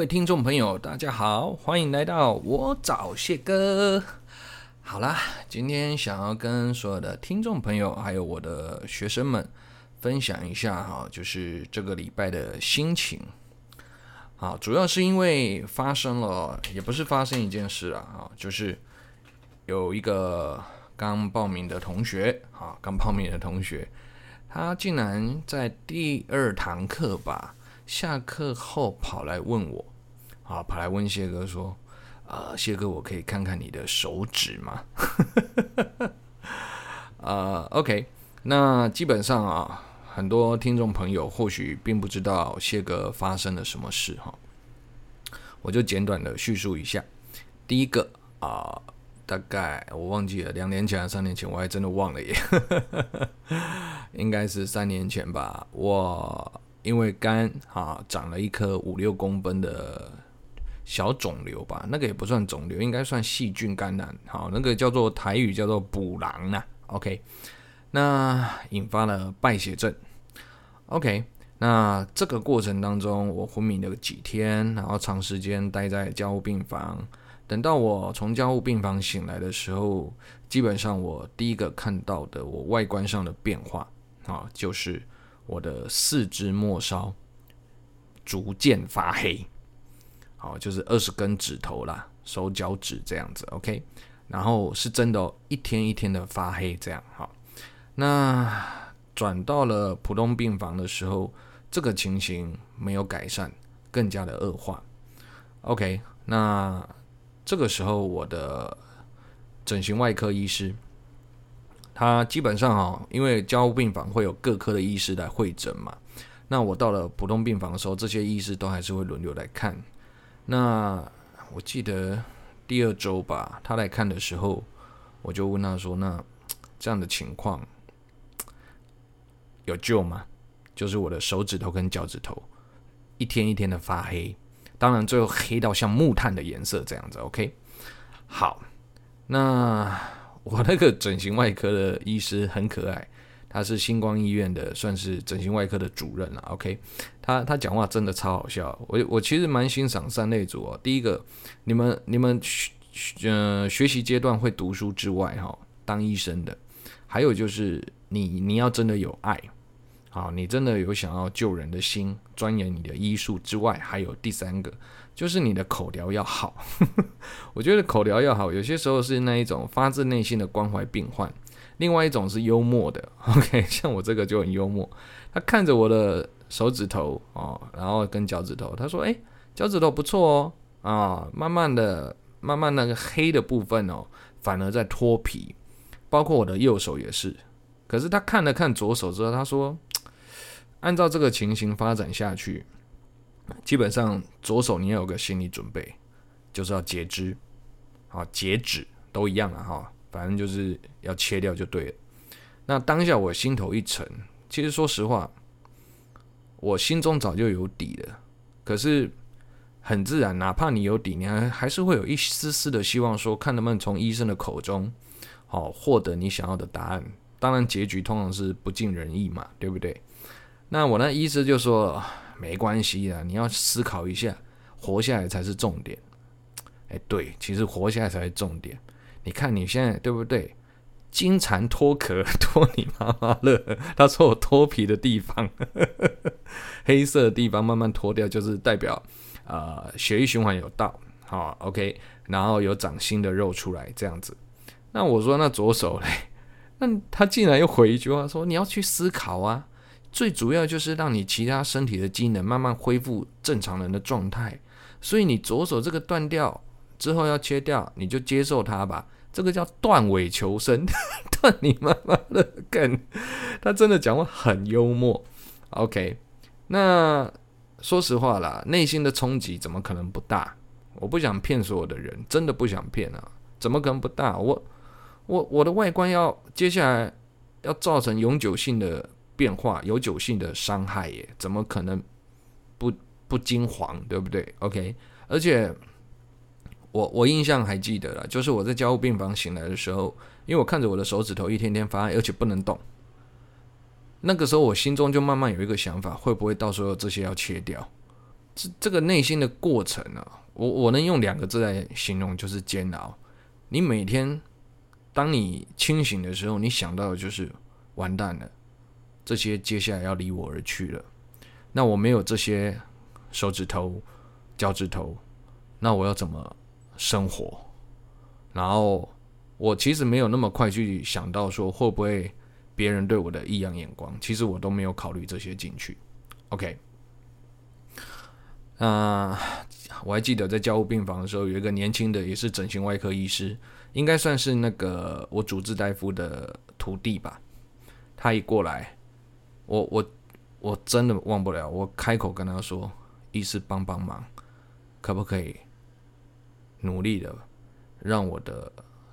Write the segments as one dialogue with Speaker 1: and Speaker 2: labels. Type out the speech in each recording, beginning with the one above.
Speaker 1: 位听众朋友，大家好，欢迎来到我找谢哥。好啦，今天想要跟所有的听众朋友，还有我的学生们分享一下哈，就是这个礼拜的心情。好，主要是因为发生了，也不是发生一件事啊，就是有一个刚报名的同学，他竟然在第2堂课吧，下课后跑来问我，跑来问谢哥说，谢哥，我可以看看你的手指吗？OK， 那基本上啊，很多听众朋友或许并不知道谢哥发生了什么事哈，我就简短的叙述一下。第一个大概我忘记了2年前还是3年前，我还真的忘了耶应该是3年前吧。我因为肝长了一颗5-6公分的小肿瘤吧，那个也不算肿瘤，应该算细菌感染，那个叫做台语叫做补囊啦。OK， 那引发了败血症。OK， 那这个过程当中，我昏迷了几天，然后长时间待在加护病房。等到我从加护病房醒来的时候，基本上我第一个看到的我外观上的变化就是我的四肢末梢逐渐发黑，就是20根指头啦，手脚指这样子 OK， 然后是真的一天一天的发黑这样。那转到了普通病房的时候，这个情形没有改善，更加的恶化。OK， 那这个时候我的整形外科医师，他基本上因为加护病房会有各科的医师来会诊嘛，那我到了普通病房的时候，这些医师都还是会轮流来看。那我记得第2周吧，他来看的时候，我就问他说，那这样的情况有救吗？就是我的手指头跟脚趾头一天一天的发黑，当然最后黑到像木炭的颜色这样子 OK。 好，那我那个整形外科的医师很可爱，他是星光医院的，算是整形外科的主任了 OK。 他讲话真的超好笑，我其实蛮欣赏3类组第一个，你们学习阶段会读书之外当医生的，还有就是你要真的有爱，你真的有想要救人的心，钻研你的医术之外，还有第3个就是你的口条要好我觉得口条要好，有些时候是那一种发自内心的关怀病患，另外一种是幽默的 OK， 像我这个就很幽默。他看着我的手指头然后跟脚趾头，他说脚趾头不错慢慢那个黑的部分反而在脱皮，包括我的右手也是。可是他看了看左手之后，他说按照这个情形发展下去，基本上左手你要有个心理准备，就是要截肢截止都一样反正就是要切掉就对了。那当下我心头一沉，其实说实话我心中早就有底了，可是很自然，哪怕你有底，你还是会有一丝丝的希望说，看能不能从医生的口中获得你想要的答案。当然结局通常是不尽人意嘛，对不对？那我那医师就说没关系啦，你要思考一下，活下来才是重点。对，其实活下来才是重点。你看你现在对不对？金蝉脱壳，脱你妈妈乐。他说我脱皮的地方黑色的地方慢慢脱掉，就是代表血液循环有到OK， 然后有长新的肉出来这样子。那我说那左手嘞，那他竟然又回一句话说，你要去思考啊，最主要就是让你其他身体的机能慢慢恢复正常人的状态，所以你左手这个断掉之后要切掉，你就接受它吧，这个叫断尾求生断你妈妈的梗。他真的讲话很幽默 OK。 那说实话啦，内心的冲击怎么可能不大？我不想骗所有的人，真的不想骗怎么可能不大？我的外观接下来要造成永久性的变化，永久性的伤害耶，怎么可能不惊惶，对不对 OK。 而且我印象还记得啦，就是我在加护病房醒来的时候，因为我看着我的手指头一天天发黑，而且不能动，那个时候我心中就慢慢有一个想法，会不会到时候这些要切掉？ 这个内心的过程啊，我能用2个字来形容，就是煎熬。你每天当你清醒的时候，你想到的就是完蛋了，这些接下来要离我而去了。那我没有这些手指头、脚趾头，那我要怎么生活？然后我其实没有那么快去想到说会不会别人对我的异样眼光，其实我都没有考虑这些进去。OK， 我还记得在交护病房的时候，有一个年轻的也是整形外科医师，应该算是那个我主治大夫的徒弟吧。他一过来，我真的忘不了，我开口跟他说：“医师帮忙，可不可以努力的让我的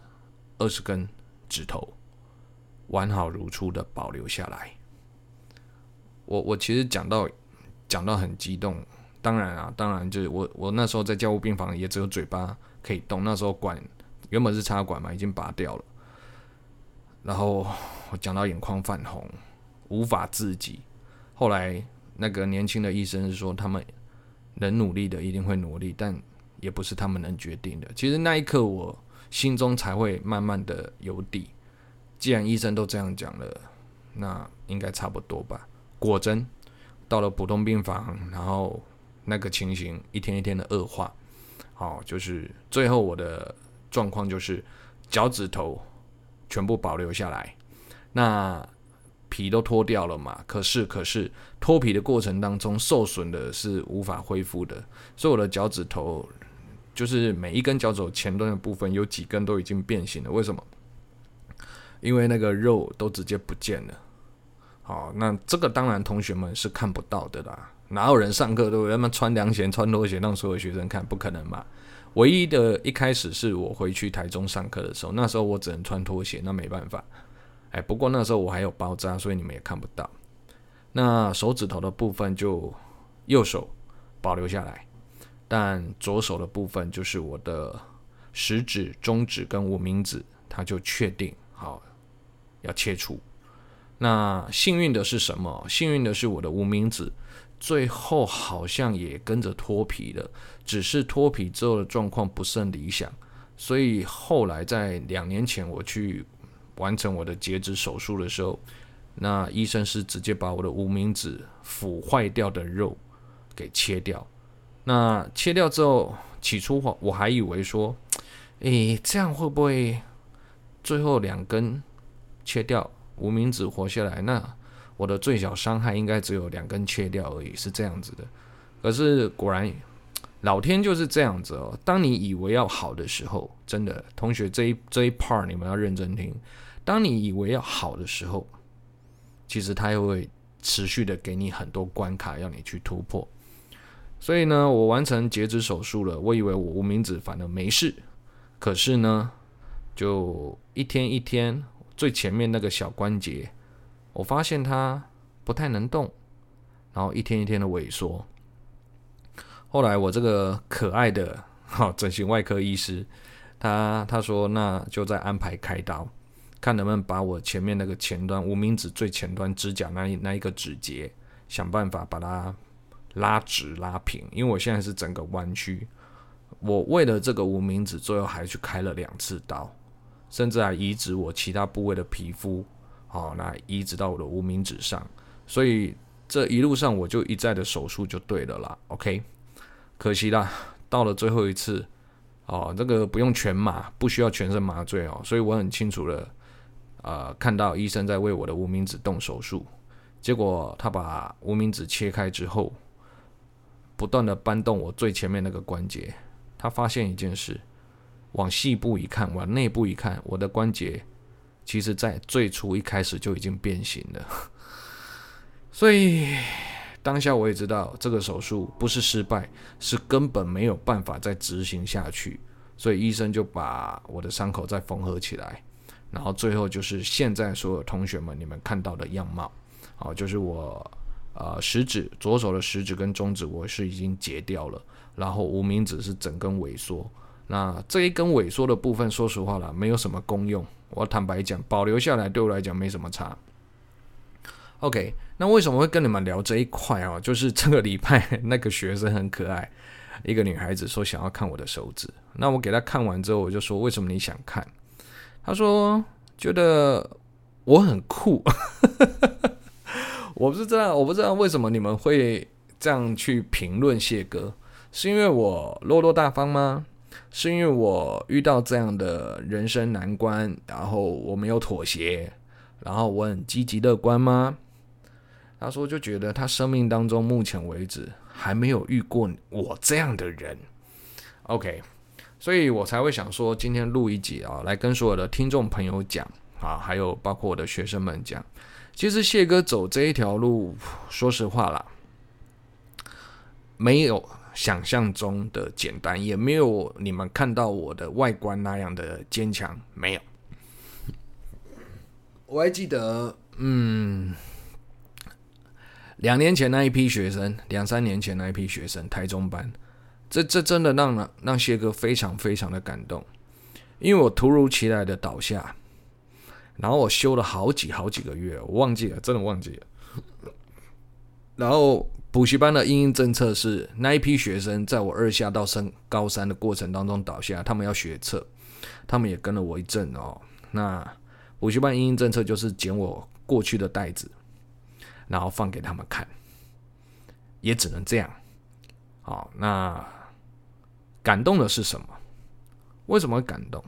Speaker 1: 20根指头完好如初的保留下来？”我其实讲到很激动。当然就是我那时候在交护病房也只有嘴巴可以动，那时候管原本是插管嘛，已经拔掉了。然后我讲到眼眶泛红，无法自己。后来那个年轻的医生是说，他们能努力的一定会努力，但也不是他们能决定的。其实那一刻我心中才会慢慢的有底，既然医生都这样讲了，那应该差不多吧。果真到了普通病房，然后那个情形一天一天的恶化，就是最后我的状况就是脚趾头全部保留下来，那皮都脱掉了嘛，可是脱皮的过程当中受损的是无法恢复的，所以我的脚趾头就是每一根脚趾头前端的部分有几根都已经变形了。为什么？因为那个肉都直接不见了。好，那这个当然同学们是看不到的啦，哪有人上课都他妈穿凉鞋穿拖鞋让所有学生看？不可能嘛。唯一的一开始是我回去台中上课的时候，那时候我只能穿拖鞋，那没办法。不过那时候我还有包扎，所以你们也看不到。那手指头的部分就右手保留下来，但左手的部分就是我的食指、中指跟无名指，它就确定好要切除。那幸运的是什么？幸运的是我的无名指最后好像也跟着脱皮了，只是脱皮之后的状况不甚理想，所以后来在2年前我去完成我的截肢手术的时候，那医生是直接把我的无名指腐坏掉的肉给切掉。那切掉之后，起初我还以为说，这样会不会最后2根切掉，无名指活下来，那我的最小伤害应该只有2根切掉而已，是这样子的。可是果然老天就是这样子哦。当你以为要好的时候，真的同学这一 part 你们要认真听。当你以为要好的时候，其实它又会持续的给你很多关卡要你去突破。所以呢，我完成截肢手术了，我以为我无名指反而没事，可是呢，就一天一天，最前面那个小关节，我发现它不太能动，然后一天一天的萎缩。后来我这个可爱的整形外科医师，他说那就再安排开刀，看能不能把我前面那个前端无名指最前端指甲那一个指节，想办法把它拉直拉平，因为我现在是整个弯曲。我为了这个无名指，最后还去开了2次刀，甚至还移植我其他部位的皮肤，那移植到我的无名指上。所以这一路上我就一再的手术就对了啦 ，OK。可惜啦，到了最后一次，这个不用全麻，不需要全身麻醉所以我很清楚的看到医生在为我的无名指动手术。结果他把无名指切开之后，不断的搬动我最前面那个关节，他发现一件事，往细部一看，往内部一看，我的关节其实在最初一开始就已经变形了。所以当下我也知道这个手术不是失败，是根本没有办法再执行下去，所以医生就把我的伤口再缝合起来，然后最后就是现在所有同学们你们看到的样貌，就是我食指，左手的食指跟中指我是已经截掉了，然后无名指是整根萎缩。那这一根萎缩的部分，说实话啦，没有什么功用，我坦白讲，保留下来对我来讲没什么差。 OK， 那为什么会跟你们聊这一块哦？就是这个礼拜那个学生很可爱，一个女孩子说想要看我的手指，那我给她看完之后，我就说为什么你想看？她说觉得我很酷。我不知道为什么你们会这样去评论谢哥，是因为我落落大方吗？是因为我遇到这样的人生难关，然后我没有妥协，然后我很积极乐观吗？他说就觉得他生命当中目前为止还没有遇过我这样的人。 OK， 所以我才会想说今天录一集啊，来跟所有的听众朋友讲啊，还有包括我的学生们讲，其实谢哥走这一条路，说实话啦，没有想象中的简单，也没有你们看到我的外观那样的坚强，没有。我还记得2年前那一批学生，2-3年前那一批学生，台中班，这真的让谢哥非常非常的感动，因为我突如其来的倒下，然后我休了好几个月，我忘记了，真的忘记了。然后补习班的因应政策是，那一批学生在我2下到升高3的过程当中倒下，他们要学测，他们也跟了我一阵哦。那补习班因应政策就是捡我过去的袋子，然后放给他们看，也只能这样。好，那感动的是什么？为什么会感动？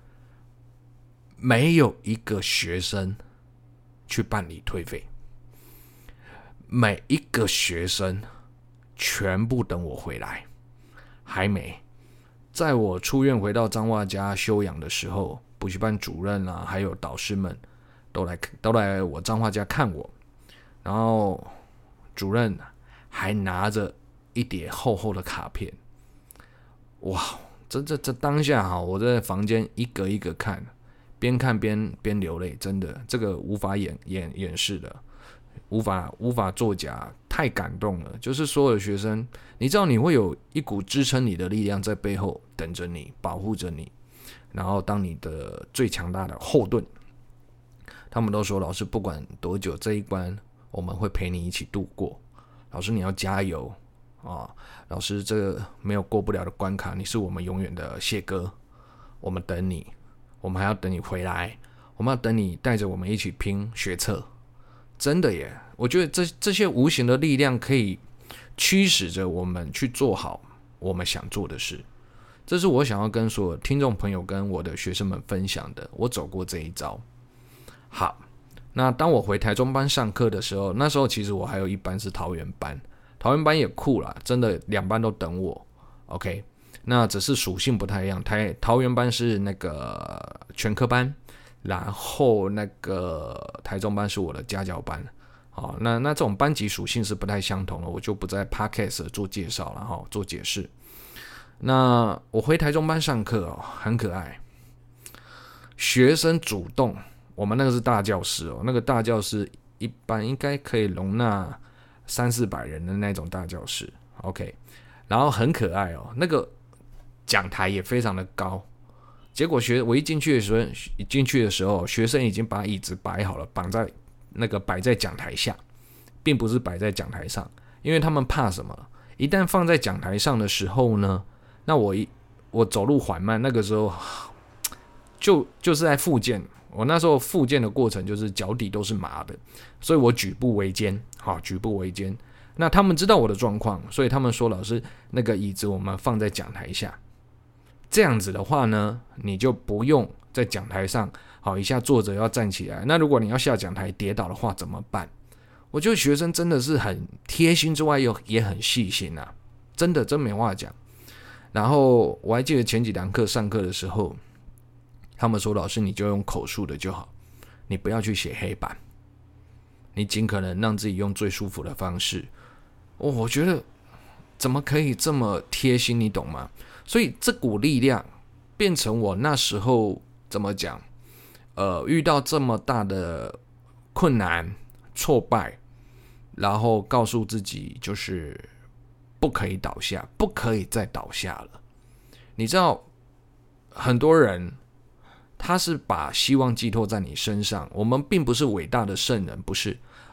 Speaker 1: 没有一个学生去办理退费，每一个学生全部等我回来，还没。在我出院回到彰化家休养的时候，补习班主任啊，还有导师们都来我彰化家看我，然后主任还拿着一叠厚厚的卡片，哇！这当下我在房间一个一个看，边看边流泪，真的，这个无法掩饰的，无法作假，太感动了。就是所有的学生，你知道你会有一股支撑你的力量在背后等着你，保护着你，然后当你的最强大的后盾。他们都说，老师不管多久，这一关我们会陪你一起度过。老师你要加油啊！老师这个没有过不了的关卡，你是我们永远的谢哥，我们等你，我们还要等你回来，我们要等你带着我们一起拼学测。真的耶，我觉得这些无形的力量可以驱使着我们去做好我们想做的事。这是我想要跟所有听众朋友跟我的学生们分享的，我走过这一招。好，那当我回台中班上课的时候，那时候其实我还有一班是桃园班，桃园班也酷啦，真的2班都等我。OK， 那只是属性不太一样，桃园班是那个全科班，然后那个台中班是我的家教班。好，那这种班级属性是不太相同的，我就不在 Podcast 做介绍了，做解释。那我回台中班上课很可爱，学生主动，我们那个是大教室那个大教室一般应该可以容纳300-400人的那种大教室 ，OK， 然后很可爱那个讲台也非常的高，结果我一进去的时候，学生已经把椅子摆好了，摆在讲台下，并不是摆在讲台上，因为他们怕什么？一旦放在讲台上的时候呢，那我走路缓慢，那个时候就是在复健，我那时候复健的过程就是脚底都是麻的，所以我举步维艰，那他们知道我的状况，所以他们说老师那个椅子我们放在讲台下，这样子的话呢，你就不用在讲台上一下坐着要站起来，那如果你要下讲台跌倒的话怎么办？我觉得学生真的是很贴心之外也很细心啊，真没话讲。然后我还记得前几堂课上课的时候，他们说老师你就用口述的就好，你不要去写黑板，你尽可能让自己用最舒服的方式。我觉得怎么可以这么贴心，你懂吗？所以这股力量变成我那时候怎么讲，遇到这么大的困难挫败，然后告诉自己就是不可以倒下，不可以再倒下了。你知道很多人他是把希望寄托在你身上，我们并不是伟大的圣人，不是，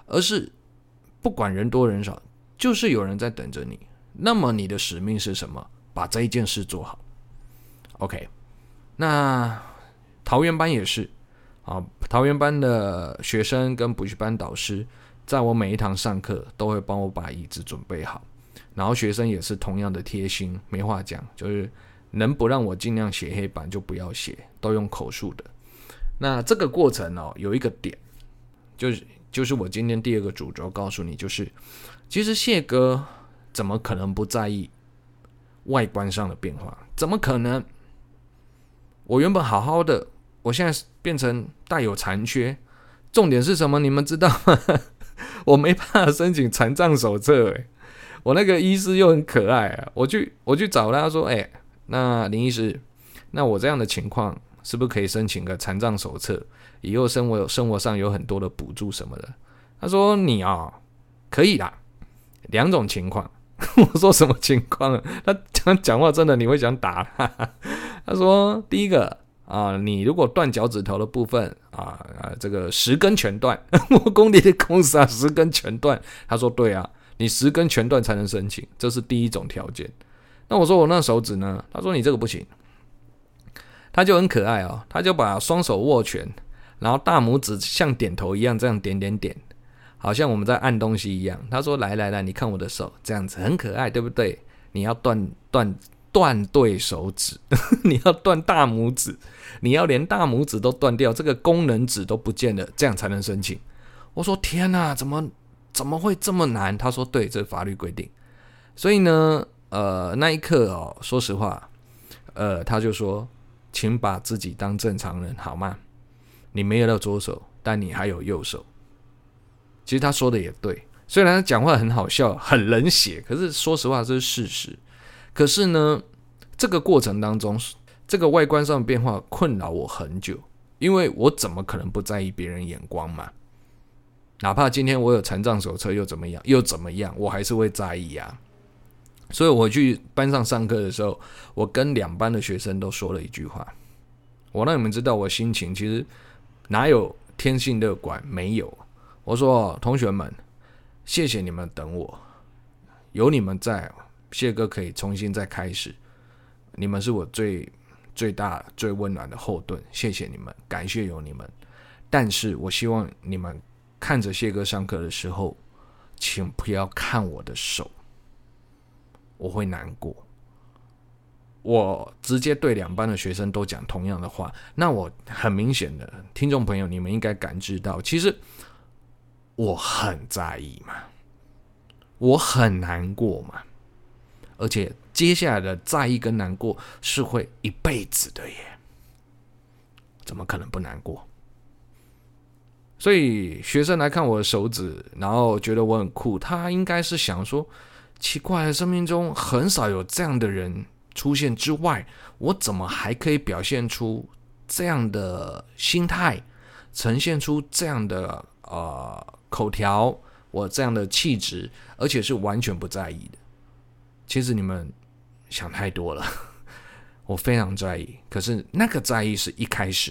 Speaker 1: 而是不管人多人少，就是有人在等着你。那么你的使命是什么？把这一件事做好。OK， 那桃园班也是啊，桃园班的学生跟补习班导师，在我每一堂上课都会帮我把椅子准备好，然后学生也是同样的贴心，没话讲，就是能不让我尽量写黑板就不要写，都用口述的。那这个过程有一个点，就是我今天第二个主轴告诉你，就是其实谢哥怎么可能不在意外观上的变化？怎么可能？我原本好好的，我现在变成带有残缺。重点是什么？你们知道吗？我没办法申请残障手册。我那个医师又很可爱啊，我去找他说，那林医师，那我这样的情况是不是可以申请个残障手册？以后生活上有很多的补助什么的。他说你可以啦，2种情况。我说什么情况？他讲话真的你会想打他。他说第一个你如果断脚趾头的部分这个10根全断，我公立的公司10根全断。他说对啊，你10根全断才能申请，这是第一种条件。那我说我那手指呢？他说你这个不行。他就很可爱他就把双手握拳，然后大拇指像点头一样这样点点点，好像我们在按东西一样。他说来，你看我的手，这样子很可爱，对不对？你要断对手指，你要断大拇指，你要连大拇指都断掉，这个功能指都不见了，这样才能申请。我说天哪，怎么会这么难？他说对，这是法律规定。所以呢，那一刻说实话，他就说，请把自己当正常人好吗？你没有了左手，但你还有右手。其实他说的也对，虽然他讲话很好笑，很冷血，可是说实话这是事实。可是呢，这个过程当中，这个外观上的变化困扰我很久，因为我怎么可能不在意别人眼光嘛？哪怕今天我有残障手册又怎么样，我还是会在意啊。所以我去班上上课的时候，我跟2班的学生都说了一句话，我让你们知道我心情其实哪有天性乐观，没有。我说同学们，谢谢你们等我，有你们在，谢哥可以重新再开始，你们是我最大最温暖的后盾，谢谢你们，感谢有你们。但是我希望你们看着谢哥上课的时候，请不要看我的手，我会难过。我直接对2班的学生都讲同样的话，那我很明显的，听众朋友你们应该感知到，其实我很在意嘛，我很难过嘛，而且接下来的在意跟难过是会一辈子的耶，怎么可能不难过？所以学生来看我的手指，然后觉得我很酷，他应该是想说，奇怪，生命中很少有这样的人出现之外，我怎么还可以表现出这样的心态，呈现出这样的口条，我这样的气质，而且是完全不在意的。其实你们想太多了，我非常在意，可是那个在意是一开始，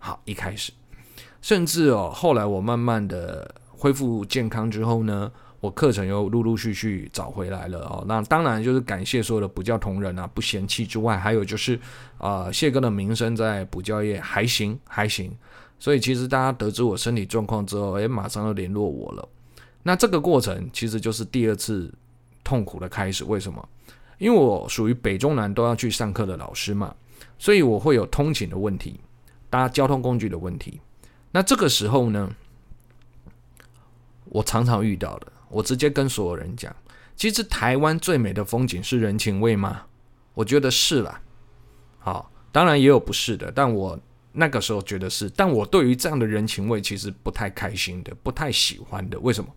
Speaker 1: 甚至后来我慢慢的恢复健康之后呢，我课程又陆陆续续找回来了那当然就是感谢所有的补教同仁不嫌弃之外，还有就是谢哥的名声在补教业还行，所以其实大家得知我身体状况之后，马上就联络我了。那这个过程其实就是第2次痛苦的开始。为什么？因为我属于北中南都要去上课的老师嘛，所以我会有通勤的问题，搭交通工具的问题。那这个时候呢，我常常遇到的，我直接跟所有人讲，其实台湾最美的风景是人情味吗？我觉得是啦。好，当然也有不是的，但我那个时候觉得是，但我对于这样的人情味其实不太开心的，不太喜欢的。为什么？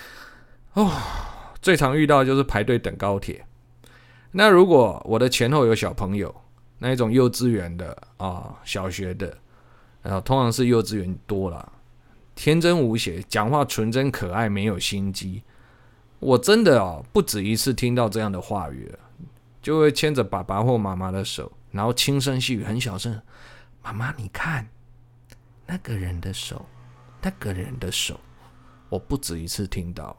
Speaker 1: 最常遇到的就是排队等高铁。那如果我的前后有小朋友，那一种幼稚园的小学的，通常是幼稚园多啦，天真无邪，讲话纯真可爱，没有心机。我真的不止一次听到这样的话语了，就会牵着爸爸或妈妈的手，然后轻声细语，很小声，妈妈你看那个人的手， 我不止一次听到，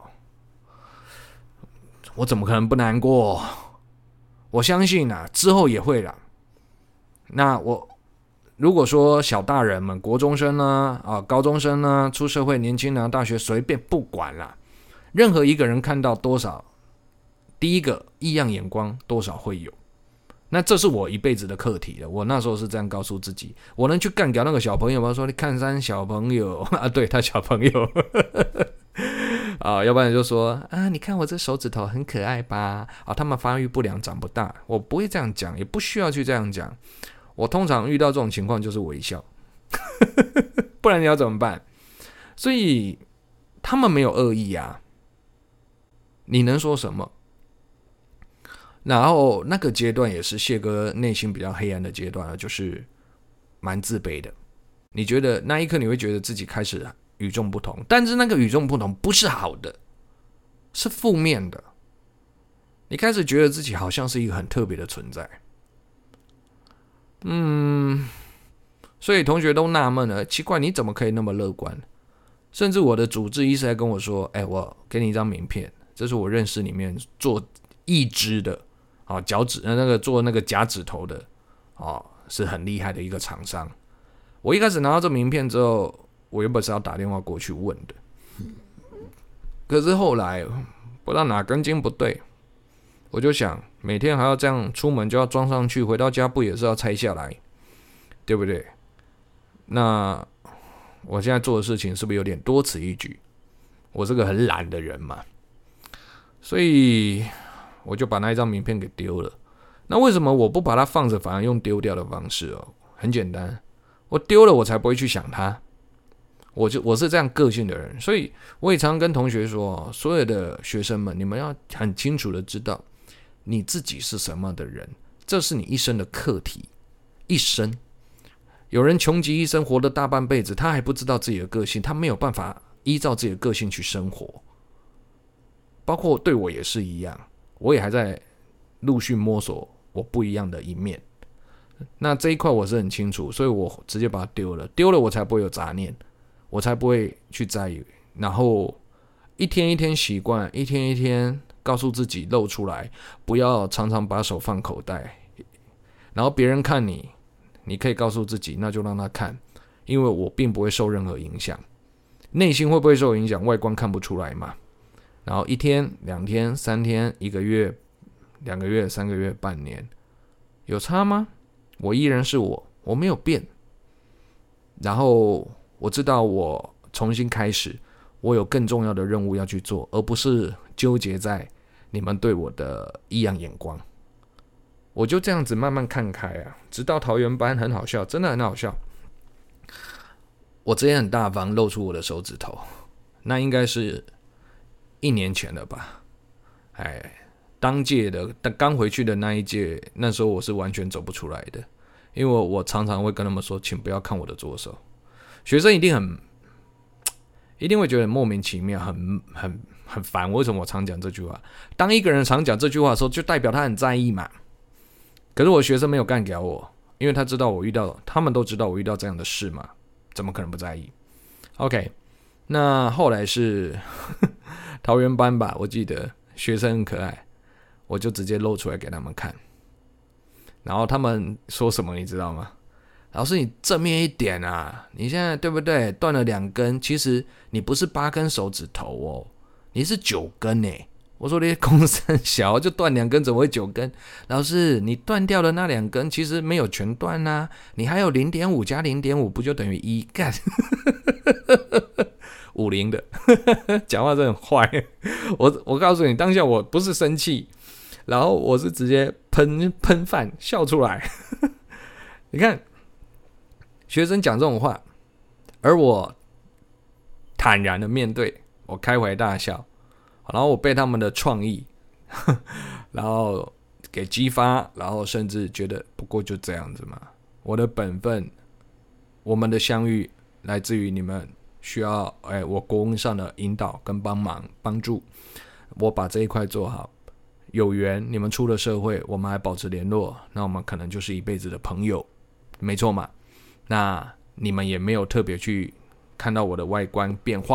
Speaker 1: 我怎么可能不难过？我相信啊，之后也会啦。那我如果说小大人们，国中生呢，高中生呢，出社会年轻人，大学随便不管啦，任何一个人看到多少，第一个异样眼光多少会有。那这是我一辈子的课题了。我那时候是这样告诉自己，我能去干掉那个小朋友吗？说你看山小朋友啊，对他小朋友要不然就说啊，你看我这手指头很可爱吧？他们发育不良，长不大。我不会这样讲，也不需要去这样讲。我通常遇到这种情况就是微笑，不然你要怎么办？所以他们没有恶意啊，你能说什么？然后那个阶段也是谢哥内心比较黑暗的阶段，就是蛮自卑的。你觉得那一刻你会觉得自己开始与众不同，但是那个与众不同不是好的，是负面的。你开始觉得自己好像是一个很特别的存在。所以同学都纳闷了，奇怪你怎么可以那么乐观？甚至我的主治医师还跟我说，我给你一张名片，这是我认识里面做义肢的。脚趾那个做那个假指头的是很厉害的一个厂商。我一开始拿到这名片之后，我原本是要打电话过去问的，可是后来不知道哪根筋不对，我就想每天还要这样出门就要装上去，回到家不也是要拆下来，对不对？那我现在做的事情是不是有点多此一举？我是个很懒的人嘛，所以我就把那一张名片给丢了。那为什么我不把它放着，反而用丢掉的方式？很简单，我丢了我才不会去想它。我是这样个性的人，所以我也常常跟同学说，所有的学生们，你们要很清楚的知道你自己是什么的人，这是你一生的课题。一生有人穷极一生活了大半辈子，他还不知道自己的个性，他没有办法依照自己的个性去生活。包括对我也是一样，我也还在陆续摸索我不一样的一面。那这一块我是很清楚，所以我直接把它丢了。丢了我才不会有杂念，我才不会去在意。然后一天一天习惯，一天一天告诉自己露出来，不要常常把手放口袋。然后别人看你，你可以告诉自己，那就让他看，因为我并不会受任何影响。内心会不会受影响？外观看不出来嘛。然后1天、2天、3天、1个月、2个月、3个月、半年，有差吗？我依然是我，我没有变。然后我知道我重新开始，我有更重要的任务要去做，而不是纠结在你们对我的异样眼光。我就这样子慢慢看开啊，直到桃园班很好笑，真的很好笑。我之前很大方露出我的手指头，那应该是1年前了吧。当届的刚回去的那一届，那时候我是完全走不出来的，因为我常常会跟他们说，请不要看我的左手。学生一定会觉得莫名其妙，很烦。为什么我常讲这句话？当一个人常讲这句话的时候，就代表他很在意嘛。可是我学生没有干掉我，因为他们都知道我遇到这样的事嘛，怎么可能不在意 ？OK， 那后来是桃园班吧，我记得学生很可爱，我就直接露出来给他们看。然后他们说什么你知道吗？老师，你正面一点啊！你现在对不对？断了2根，其实你不是8根手指头哦，你是9根耶。我说你公三小就断2根，怎么会9根？老师，你断掉的那2根其实没有全断啊，你还有 0.5 加 0.5 不就等于1？干50的，讲话真的很坏。我告诉你，当下我不是生气，然后我是直接喷饭笑出来。你看，学生讲这种话，而我坦然的面对，我开怀大笑。然后我被他们的创意然后给激发，然后甚至觉得不过就这样子嘛。我的本分，我们的相遇来自于你们需要我国文上的引导跟帮助，我把这一块做好，有缘你们出了社会，我们还保持联络，那我们可能就是一辈子的朋友，没错嘛。那你们也没有特别去看到我的外观变化，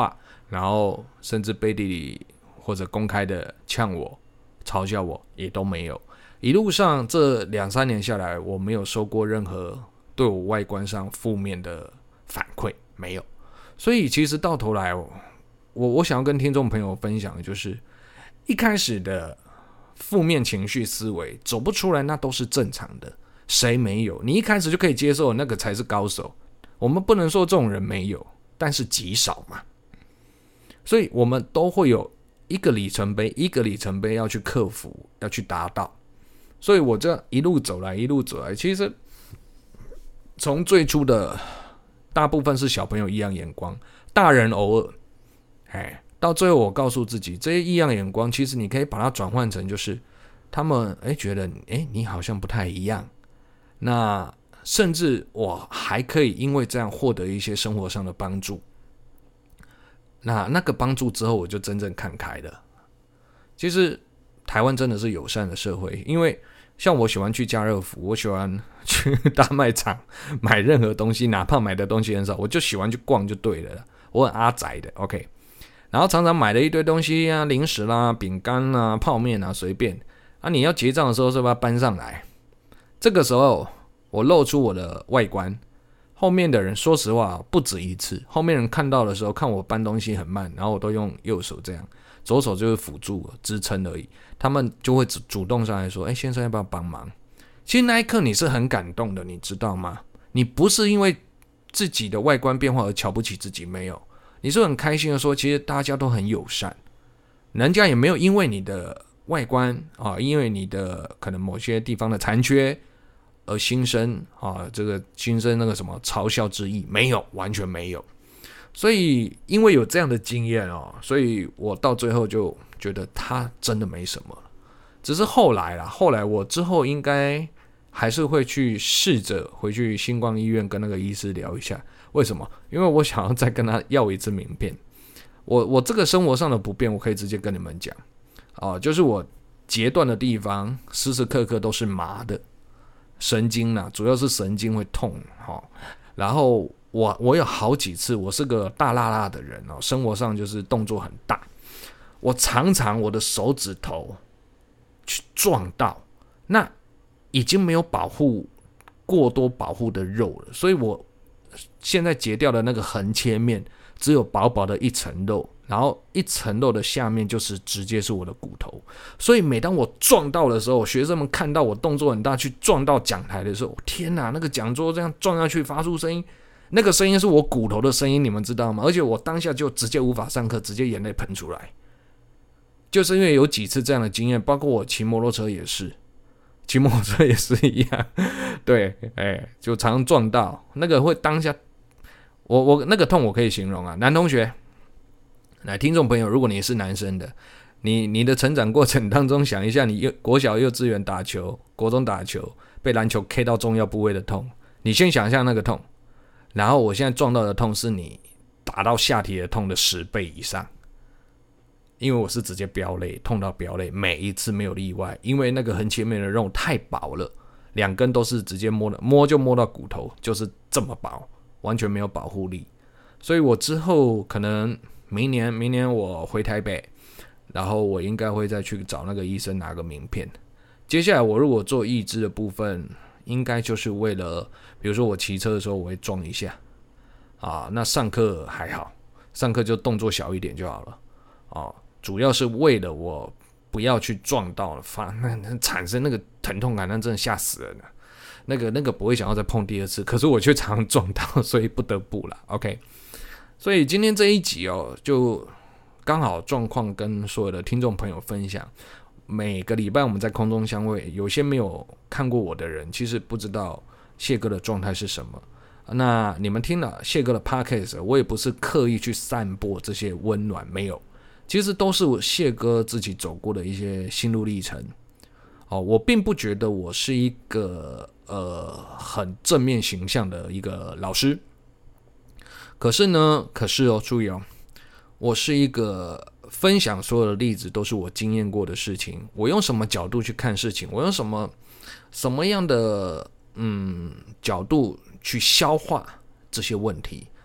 Speaker 1: 然后甚至背地里或者公开的呛我、嘲笑我也都没有。一路上这2-3年下来，我没有收过任何对我外观上负面的反馈，没有。所以其实到头来，我想要跟听众朋友分享的就是，一开始的负面情绪思维走不出来，那都是正常的，谁没有？你一开始就可以接受，那个才是高手。我们不能说这种人没有，但是极少嘛。所以我们都会有一个里程碑，一个里程碑要去克服，要去达到。所以我这一路走来，其实从最初的大部分是小朋友异样眼光，大人偶尔，到最后我告诉自己，这些异样眼光，其实你可以把它转换成就是他们觉得你好像不太一样，那甚至我还可以因为这样获得一些生活上的帮助。那个帮助之后，我就真正看开了。其实台湾真的是友善的社会，因为像我喜欢去家乐福，我喜欢去大卖场买任何东西，哪怕买的东西很少，我就喜欢去逛就对了啦。我很阿宅的 ，OK。然后常常买了一堆东西啊，零食啦、饼干啊、泡面啊，随便啊。你要结账的时候是不是要搬上来？这个时候我露出我的外观，后面的人说实话不止一次，后面人看到的时候，看我搬东西很慢，然后我都用右手这样。左手就是辅助支撑而已，他们就会主动上来说：“先生要不要帮忙？”其实那一刻你是很感动的，你知道吗？你不是因为自己的外观变化而瞧不起自己，没有，你是很开心的说，其实大家都很友善，人家也没有因为你的外观因为你的可能某些地方的残缺而心生那个什么嘲笑之意，没有，完全没有。所以因为有这样的经验所以我到最后就觉得他真的没什么了。只是后来我之后应该还是会去试着回去星光医院跟那个医师聊一下。为什么？因为我想要再跟他要一次名片。我这个生活上的不便，我可以直接跟你们讲就是我截断的地方时时刻刻都是麻的神经主要是神经会痛然后我有好几次，我是个大辣辣的人生活上就是动作很大，我常常我的手指头去撞到，那已经没有过多保护的肉了，所以我现在截掉的那个横切面只有薄薄的一层肉，然后一层肉的下面就是直接是我的骨头，所以每当我撞到的时候，学生们看到我动作很大去撞到讲台的时候，天哪，那个讲桌这样撞下去发出声音，那个声音是我骨头的声音，你们知道吗？而且我当下就直接无法上课，直接眼泪喷出来，就是因为有几次这样的经验，包括我骑摩托车也是一样，对，就常撞到，那个会当下，我那个痛我可以形容男同学，来，听众朋友，如果你是男生的，你的成长过程当中，想一下，你国小幼稚园打球，国中打球，被篮球 K 到重要部位的痛，你先想象那个痛。然后我现在撞到的痛是你打到下体的痛的10倍以上，因为我是直接飙泪，痛到飙泪，每一次没有例外，因为那个横切面的肉太薄了，2根都是直接摸就摸到骨头，就是这么薄，完全没有保护力。所以我之后可能明年我回台北，然后我应该会再去找那个医生拿个名片。接下来我如果做义肢的部分，应该就是为了，比如说我骑车的时候我会撞一下那上课还好，上课就动作小一点就好了主要是为了我不要去撞到那产生那个疼痛感，那真的吓死人了。那个不会想要再碰第二次，可是我却常撞到，所以不得不啦 OK。 所以今天这一集就刚好状况跟所有的听众朋友分享。每个礼拜我们在空中相会，有些没有看过我的人其实不知道谢哥的状态是什么。那你们听了谢哥的 podcast， 我也不是刻意去散播这些温暖，没有，其实都是谢哥自己走过的一些心路历程我并不觉得我是一个很正面形象的一个老师，可是注意我是一个分享所有的例子都是我经验过的事情，我用什么角度去看事情，我用什么样的角度去消化这些问题。其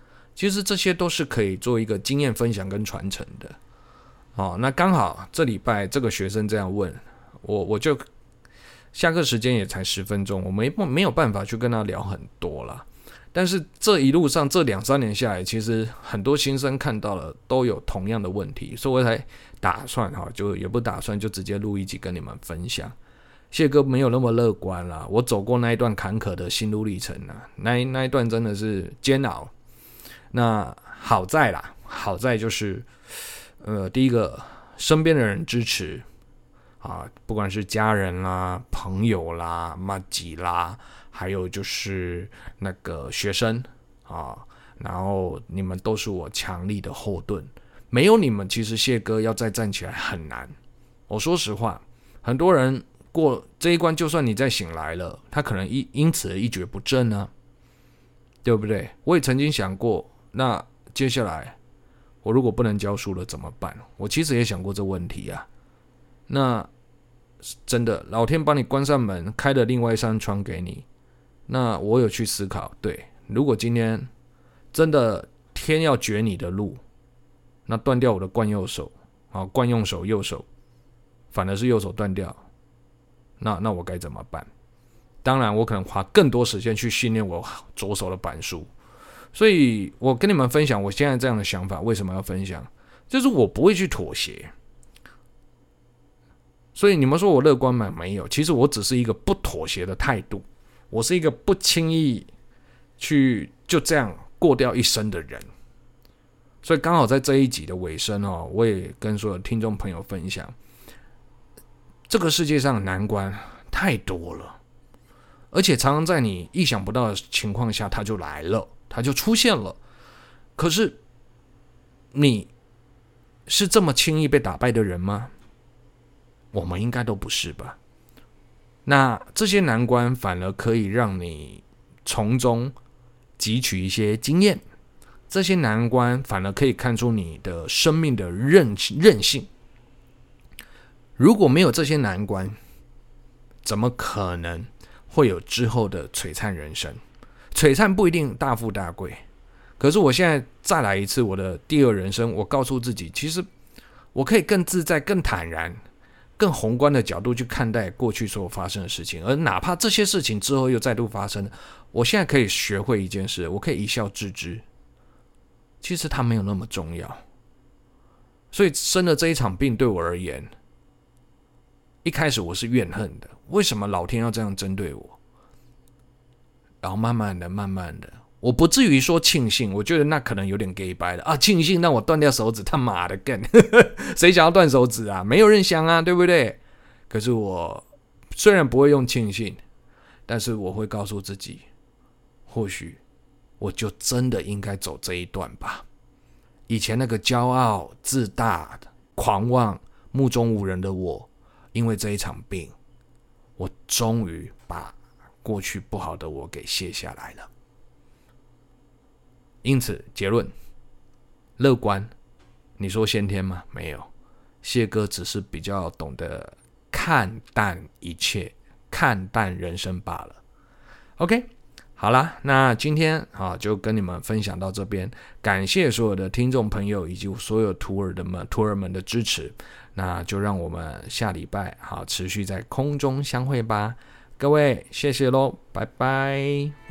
Speaker 1: 其实这些都是可以做一个经验分享跟传承的。那刚好这礼拜这个学生这样问我就下课时间也才10分钟，我没有办法去跟他聊很多啦。但是这一路上这2-3年下来，其实很多新生看到了都有同样的问题，所以我才打算就也不打算就直接录一集跟你们分享。谢哥没有那么乐观啦，我走过那一段坎坷的心路历程啊，那一段真的是煎熬。那好在就是第一个身边的人支持不管是家人啦、朋友啦、麻吉啦，还有就是那个学生然后你们都是我强力的后盾，没有你们，其实谢哥要再站起来很难。我说实话，很多人过这一关，就算你再醒来了，他可能因此一蹶不振啊，对不对？我也曾经想过，那接下来我如果不能教书了怎么办？我其实也想过这问题啊。那真的，老天帮你关上门，开了另外一扇窗给你。那我有去思考，对，如果今天真的天要绝你的路，那断掉我的惯用手右手，反而是右手断掉，那我该怎么办？当然，我可能花更多时间去训练我左手的板书。所以我跟你们分享我现在这样的想法，为什么要分享？就是我不会去妥协。所以你们说我乐观吗？没有，其实我只是一个不妥协的态度，我是一个不轻易去就这样过掉一生的人。所以刚好在这一集的尾声我也跟所有听众朋友分享，这个世界上的难关太多了，而且常常在你意想不到的情况下它就来了，它就出现了。可是你是这么轻易被打败的人吗？我们应该都不是吧。那这些难关反而可以让你从中汲取一些经验，这些难关反而可以看出你的生命的韧性。如果没有这些难关，怎么可能会有之后的璀璨人生？璀璨不一定大富大贵，可是我现在再来一次我的第二人生，我告诉自己，其实我可以更自在、更坦然、更宏观的角度去看待过去所有发生的事情，而哪怕这些事情之后又再度发生，我现在可以学会一件事，我可以一笑置之，其实它没有那么重要。所以生了这一场病对我而言，一开始我是怨恨的，为什么老天要这样针对我？然后慢慢的，我不至于说庆幸，我觉得那可能有点 gay 掰了庆幸让我断掉手指，他妈的干谁想要断手指啊？没有人想啊，对不对？可是我虽然不会用庆幸，但是我会告诉自己，或许我就真的应该走这一段吧。以前那个骄傲、自大、狂妄、目中无人的我，因为这一场病，我终于把过去不好的我给卸下来了。因此结论，乐观，你说先天吗？没有，谢哥只是比较懂得看淡一切，看淡人生罢了。 OK， 好啦，那今天就跟你们分享到这边，感谢所有的听众朋友以及所有徒儿们的支持，那就让我们下礼拜持续在空中相会吧。各位谢谢咯，拜拜。